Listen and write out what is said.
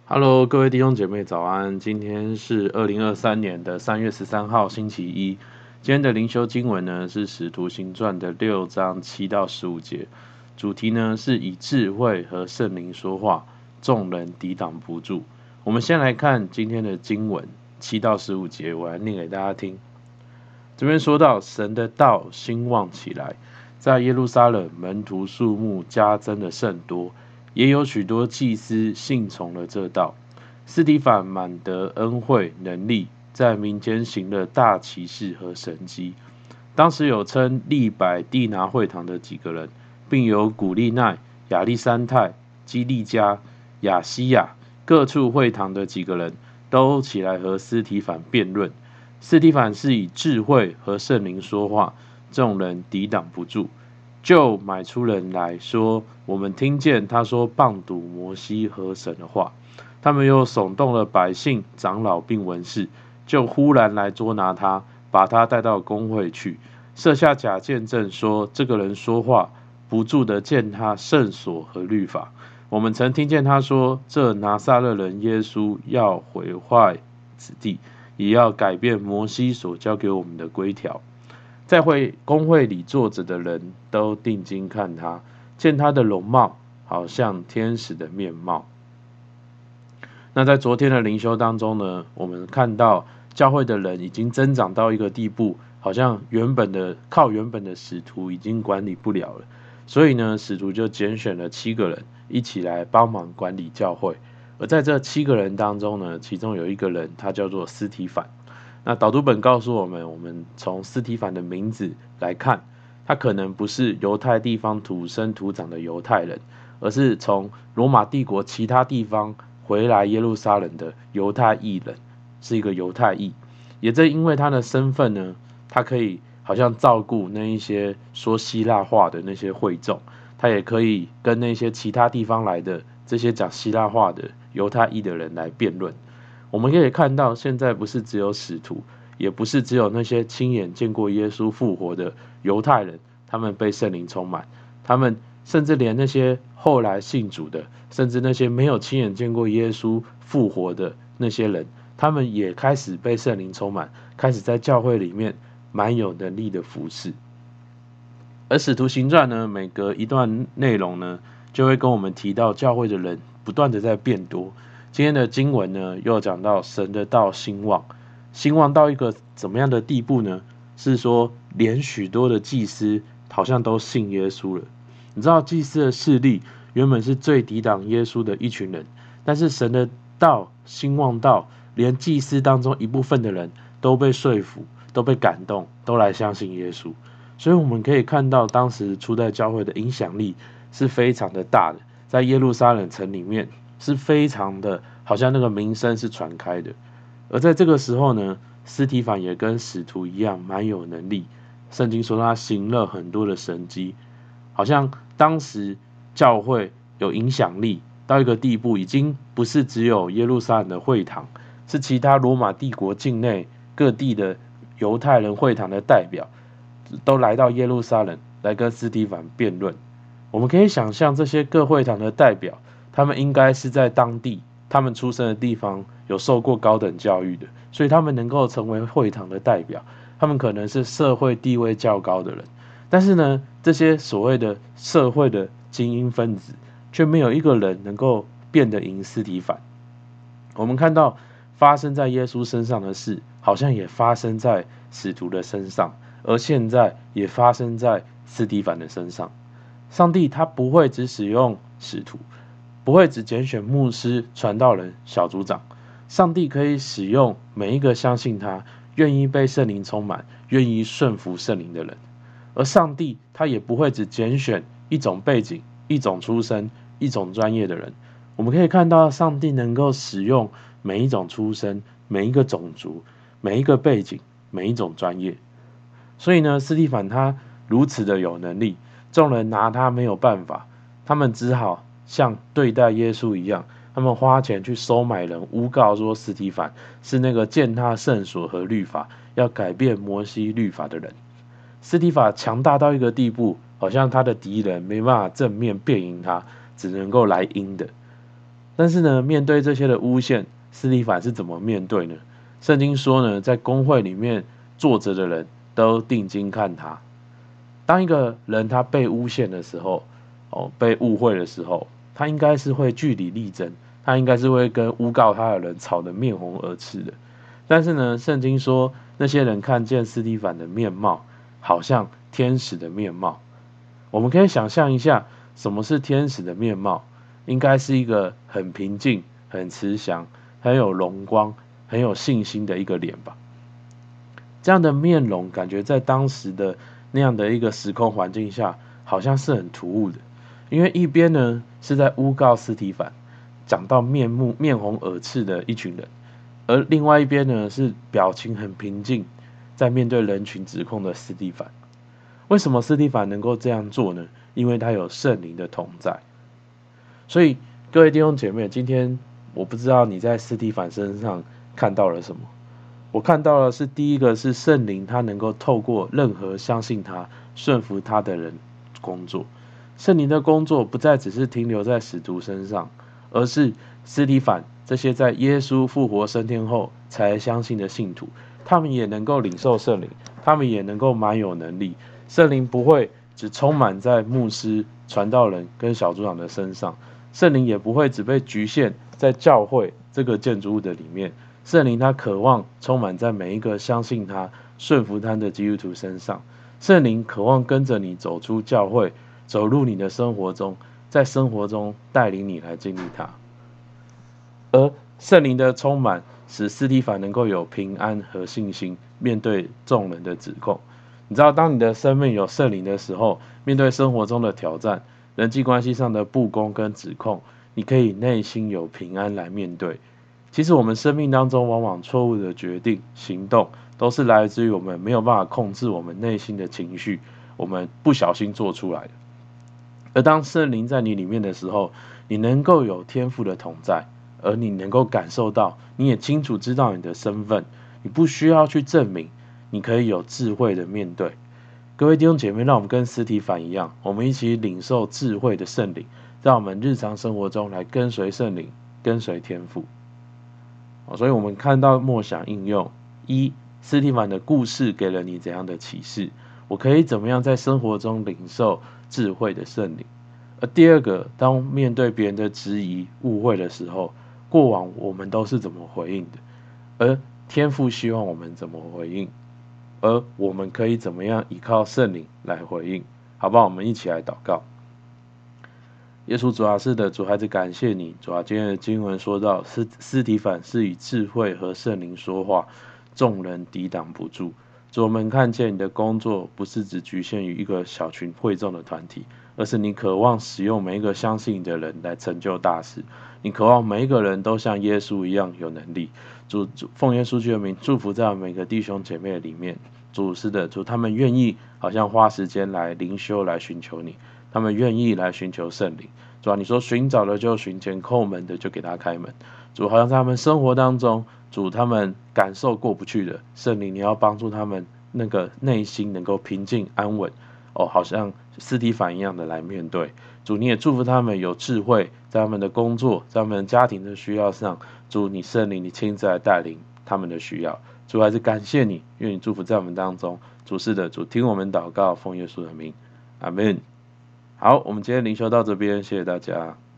Hello，各位弟兄姐妹早安。今天是2023年的3月13号，星期一。今天的灵修经文呢是使徒行传的6章7到15节，主题呢是以智慧和圣灵说话，众人抵挡不住。我们先来看今天的经文7到15节，我来念给大家听。这边说到神的道兴旺起来，在耶路撒冷门徒数目加增的甚多，也有许多祭司信从了这道。司提反满得恩惠能力，在民间行了大奇事和神迹。当时有称利百地拿会堂的几个人，并有古利奈、亚历山泰、基利加、亚西亚各处会堂的几个人，都起来和司提反辩论。司提反是以智慧和圣灵说话，众人抵挡不住，就买出人来说：我们听见他说谤读摩西和神的话。他们又耸动了百姓、长老并文士，就忽然来捉拿他，把他带到公会去，设下假见证，说这个人说话不住的践踏圣所和律法。我们曾听见他说，这拿撒勒人耶稣要毁坏此地，也要改变摩西所交给我们的规条。在公会里坐着的人都定睛看他，见他的容貌好像天使的面貌。那在昨天的灵修当中呢，我们看到教会的人已经增长到一个地步，好像靠原本的使徒已经管理不了了，所以呢，使徒就拣选了7个人一起来帮忙管理教会。而在这7个人当中呢，其中有一个人他叫做司提反。那导读本告诉我们从司提反的名字来看，他可能不是犹太地方土生土长的犹太人，而是从罗马帝国其他地方回来耶路撒冷的犹太裔人，是一个犹太裔。也正因为他的身份呢，他可以好像照顾那一些说希腊话的那些会众，他也可以跟那些其他地方来的这些讲希腊话的犹太裔的人来辩论。我们可以看到，现在不是只有使徒，也不是只有那些亲眼见过耶稣复活的犹太人，他们被圣灵充满，他们甚至连那些后来信主的，甚至那些没有亲眼见过耶稣复活的那些人，他们也开始被圣灵充满，开始在教会里面蛮有能力的服事。而使徒行传呢，每隔一段内容呢，就会跟我们提到教会的人不断的在变多。今天的经文呢，又讲到神的道兴旺，兴旺到一个怎么样的地步呢？是说连许多的祭司好像都信耶稣了。你知道祭司的势力原本是最抵挡耶稣的一群人，但是神的道兴旺到连祭司当中一部分的人都被说服，都被感动，都来相信耶稣。所以我们可以看到当时初代教会的影响力是非常的大的，在耶路撒冷城里面是非常的，好像那个名声是传开的。而在这个时候呢，司提反也跟使徒一样蛮有能力，圣经说他行了很多的神迹，好像当时教会有影响力到一个地步，已经不是只有耶路撒冷的会堂，是其他罗马帝国境内各地的犹太人会堂的代表都来到耶路撒冷来跟司提反辩论。我们可以想象这些各会堂的代表，他们应该是在当地他们出生的地方有受过高等教育的，所以他们能够成为会堂的代表，他们可能是社会地位较高的人。但是呢，这些所谓的社会的精英分子，却没有一个人能够辩得赢司提反。我们看到发生在耶稣身上的事，好像也发生在使徒的身上，而现在也发生在司提反的身上。上帝他不会只使用使徒，不会只拣选牧师、传道人、小组长，上帝可以使用每一个相信他、愿意被圣灵充满、愿意顺服圣灵的人。而上帝他也不会只拣选一种背景、一种出身、一种专业的人。我们可以看到，上帝能够使用每一种出身、每一个种族、每一个背景、每一种专业。所以呢，司提反他如此的有能力，众人拿他没有办法，他们只好像对待耶稣一样，他们花钱去收买人，诬告说司提反是那个践踏圣所和律法，要改变摩西律法的人。司提反强大到一个地步，好像他的敌人没办法正面辩赢他，只能够来阴的。 但是呢，面对这些的诬陷，司提反是怎么面对呢？圣经说呢，在公会里面坐着的人都定睛看他。当一个人他被诬陷的时候，被误会的时候，他应该是会据理力争，他应该是会跟诬告他的人吵得面红耳赤的。但是呢，圣经说那些人看见司提反的面貌，好像天使的面貌。我们可以想象一下，什么是天使的面貌？应该是一个很平静、很慈祥、很有荣光、很有信心的一个脸吧。这样的面容，感觉在当时的那样的一个时空环境下，好像是很突兀的。因为一边呢是在诬告司提反，讲到面红耳赤的一群人，而另外一边呢是表情很平静，在面对人群指控的司提反。为什么司提反能够这样做呢？因为他有圣灵的同在。所以各位弟兄姐妹，今天我不知道你在司提反身上看到了什么。我看到的是第一个是圣灵，他能够透过任何相信他、顺服他的人工作。圣灵的工作不再只是停留在使徒身上，而是司提反这些在耶稣复活升天后才相信的信徒，他们也能够领受圣灵，他们也能够蛮有能力。圣灵不会只充满在牧师、传道人跟小组长的身上，圣灵也不会只被局限在教会这个建筑物的里面。圣灵他渴望充满在每一个相信他、顺服他的基督徒身上。圣灵渴望跟着你走出教会，走入你的生活中，在生活中带领你来经历他。而圣灵的充满，使司提反能够有平安和信心，面对众人的指控。你知道，当你的生命有圣灵的时候，面对生活中的挑战、人际关系上的不公跟指控，你可以内心有平安来面对。其实我们生命当中往往错误的决定、行动，都是来自于我们没有办法控制我们内心的情绪，我们不小心做出来的。而当圣灵在你里面的时候，你能够有天父的同在，而你能够感受到，你也清楚知道你的身份，你不需要去证明，你可以有智慧的面对。各位弟兄姐妹，让我们跟司提反一样，我们一起领受智慧的圣灵，让我们日常生活中来跟随圣灵，跟随天父。所以我们看到默想应用：一、司提反的故事给了你怎样的启示？我可以怎么样在生活中领受智慧的圣灵？而第二个，当面对别人的质疑、误会的时候，过往我们都是怎么回应的？而天父希望我们怎么回应？而我们可以怎么样依靠圣灵来回应？好不好？我们一起来祷告。耶稣主啊，是的，主孩子感谢你，主啊，今天的经文说到，司提反是以智慧和圣灵说话，众人抵挡不住。主，我们看见你的工作不是只局限于一个小群会众的团体，而是你渴望使用每一个相信你的人来成就大事。你渴望每一个人都像耶稣一样有能力。主，奉耶稣基督的名祝福在每个弟兄姐妹的里面。主，是的，主，他们愿意好像花时间来灵修，来寻求你。他们愿意来寻求圣灵。主啊，你说寻找的就寻见，叩门的就给他开门。主，好像在他们生活当中，主他们感受过不去的圣灵，你要帮助他们那个内心能够平静安稳，好像司提反一样的来面对。主，你也祝福他们有智慧，在他们的工作，在他们家庭的需要上，主你圣灵，你亲自来带领他们的需要。主，还是感谢你，愿你祝福在我们当中。主，是的，主听我们祷告，奉耶稣的名，阿们。好，我们今天灵修到这边，谢谢大家。